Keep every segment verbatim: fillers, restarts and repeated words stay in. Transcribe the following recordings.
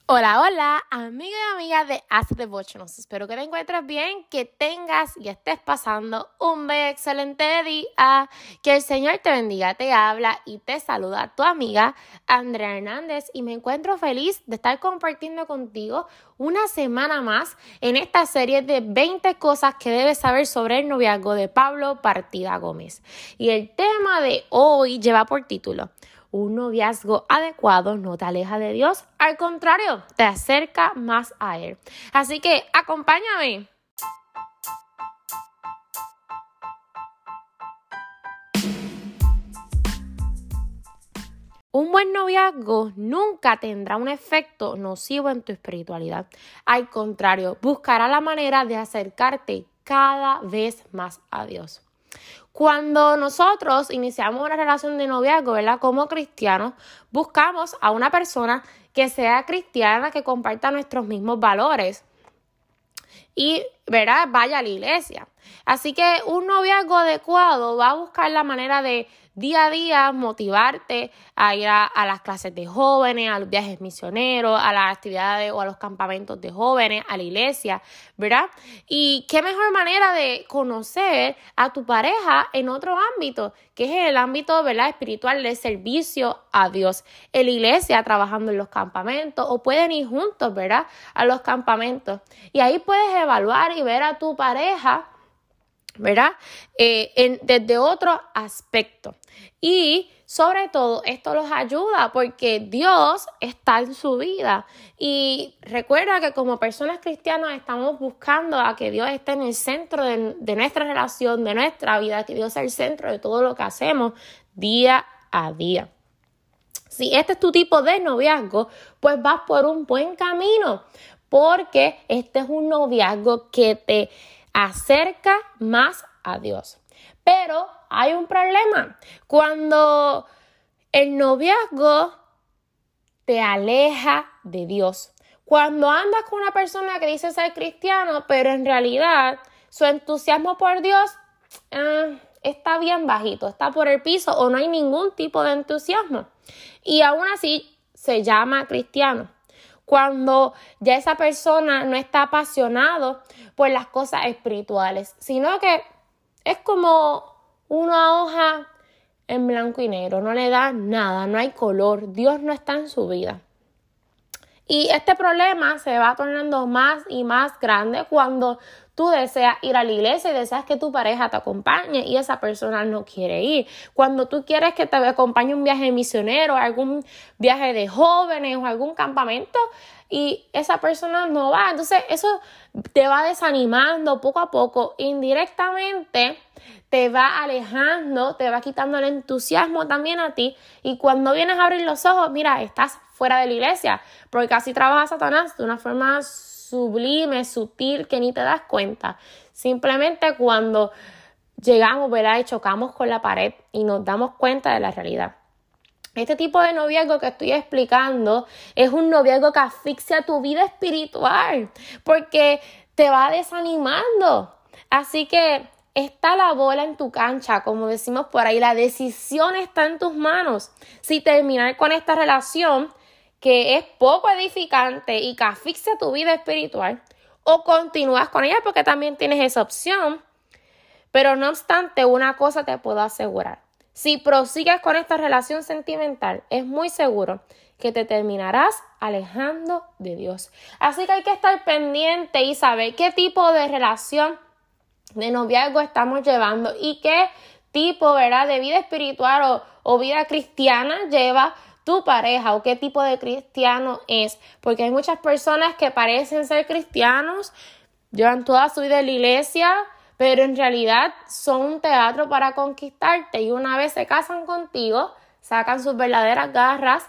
Hola, hola, amiga y amiga de Ask Devotionals. Espero que te encuentres bien, que tengas y estés pasando un excelente día. Que el Señor te bendiga, te habla y te saluda tu amiga Andrea Hernández. Y me encuentro feliz de estar compartiendo contigo una semana más en esta serie de veinte cosas que debes saber sobre el noviazgo de Pablo Partida Gómez. Y el tema de hoy lleva por título: un noviazgo adecuado no te aleja de Dios, al contrario, te acerca más a Él. Así que acompáñame. Un buen noviazgo nunca tendrá un efecto nocivo en tu espiritualidad. Al contrario, buscará la manera de acercarte cada vez más a Dios. Cuando nosotros iniciamos una relación de noviazgo, ¿verdad? Como cristianos, buscamos a una persona que sea cristiana, que comparta nuestros mismos valores y, ¿verdad?, vaya a la iglesia. Así que un noviazgo adecuado va a buscar la manera de día a día motivarte a ir a, a las clases de jóvenes, a los viajes misioneros, a las actividades o a los campamentos de jóvenes, a la iglesia, ¿verdad? Y qué mejor manera de conocer a tu pareja en otro ámbito, que es el ámbito, ¿verdad?, espiritual, de servicio a Dios. En la iglesia, trabajando en los campamentos, o pueden ir juntos, ¿verdad?, a los campamentos. Y ahí puedes evaluar y ver a tu pareja, ¿verdad? Eh, en, desde otro aspecto. Y sobre todo esto los ayuda porque Dios está en su vida. Y recuerda que como personas cristianas estamos buscando a que Dios esté en el centro de, de nuestra relación, de nuestra vida, que Dios sea el centro de todo lo que hacemos día a día. Si este es tu tipo de noviazgo, pues vas por un buen camino, porque este es un noviazgo que te acerca más a Dios. Pero hay un problema. Cuando el noviazgo te aleja de Dios. Cuando andas con una persona que dice ser cristiano, pero en realidad su entusiasmo por Dios eh, está bien bajito, está por el piso o no hay ningún tipo de entusiasmo. Y aún así se llama cristiano. Cuando ya esa persona no está apasionado por las cosas espirituales, sino que es como una hoja en blanco y negro, no le da nada, no hay color, Dios no está en su vida. Y este problema se va tornando más y más grande cuando tú deseas ir a la iglesia y deseas que tu pareja te acompañe y esa persona no quiere ir. Cuando tú quieres que te acompañe un viaje misionero, algún viaje de jóvenes o algún campamento y esa persona no va. Entonces eso te va desanimando poco a poco, indirectamente te va alejando, te va quitando el entusiasmo también a ti. Y cuando vienes a abrir los ojos, mira, estás fuera de la iglesia, porque así trabaja Satanás de una forma sublime, sutil, que ni te das cuenta. Simplemente cuando llegamos, ¿verdad?, y chocamos con la pared y nos damos cuenta de la realidad. Este tipo de noviazgo que estoy explicando es un noviazgo que asfixia tu vida espiritual, porque te va desanimando. Así que está la bola en tu cancha, como decimos por ahí, la decisión está en tus manos. Si terminar con esta relación que es poco edificante y que asfixia tu vida espiritual, o continúas con ella, porque también tienes esa opción. Pero no obstante, una cosa te puedo asegurar: si prosigues con esta relación sentimental, es muy seguro que te terminarás alejando de Dios. Así que hay que estar pendiente y saber qué tipo de relación de noviazgo estamos llevando y qué tipo, ¿verdad?, de vida espiritual o, o vida cristiana lleva tu pareja, o qué tipo de cristiano es. Porque hay muchas personas que parecen ser cristianos, llevan toda su vida en la iglesia, pero en realidad son un teatro para conquistarte, y una vez se casan contigo, sacan sus verdaderas garras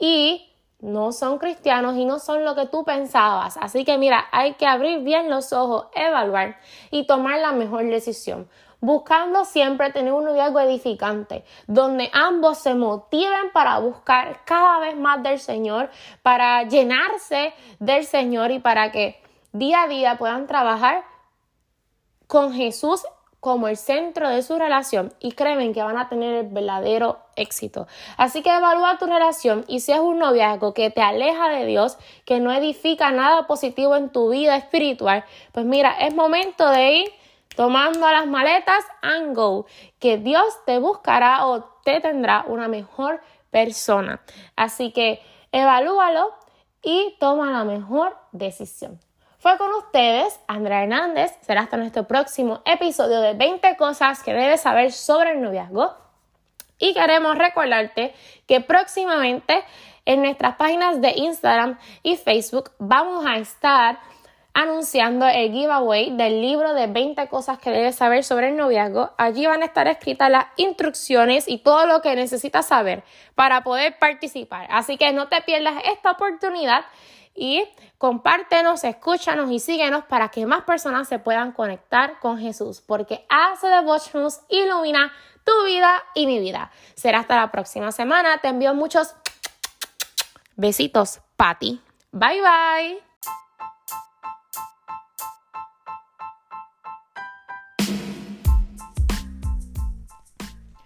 y no son cristianos y no son lo que tú pensabas. Así que mira, hay que abrir bien los ojos, evaluar y tomar la mejor decisión, buscando siempre tener un noviazgo edificante, donde ambos se motiven para buscar cada vez más del Señor, para llenarse del Señor y para que día a día puedan trabajar con Jesús como el centro de su relación y créeme que van a tener el verdadero éxito. Así que evalúa tu relación y si es un noviazgo que te aleja de Dios, que no edifica nada positivo en tu vida espiritual, pues mira, es momento de ir tomando las maletas and go, que Dios te buscará o te tendrá una mejor persona. Así que evalúalo y toma la mejor decisión. Fue con ustedes, Andrea Hernández. Será hasta nuestro próximo episodio de veinte cosas que debes saber sobre el noviazgo. Y queremos recordarte que próximamente en nuestras páginas de Instagram y Facebook vamos a estar anunciando el giveaway del libro de veinte cosas que debes saber sobre el noviazgo. Allí van a estar escritas las instrucciones y todo lo que necesitas saber para poder participar. Así que no te pierdas esta oportunidad y compártenos, escúchanos y síguenos para que más personas se puedan conectar con Jesús, porque hace Devotionals ilumina tu vida y mi vida. Será hasta la próxima semana. Te envío muchos besitos, Pati. Bye bye.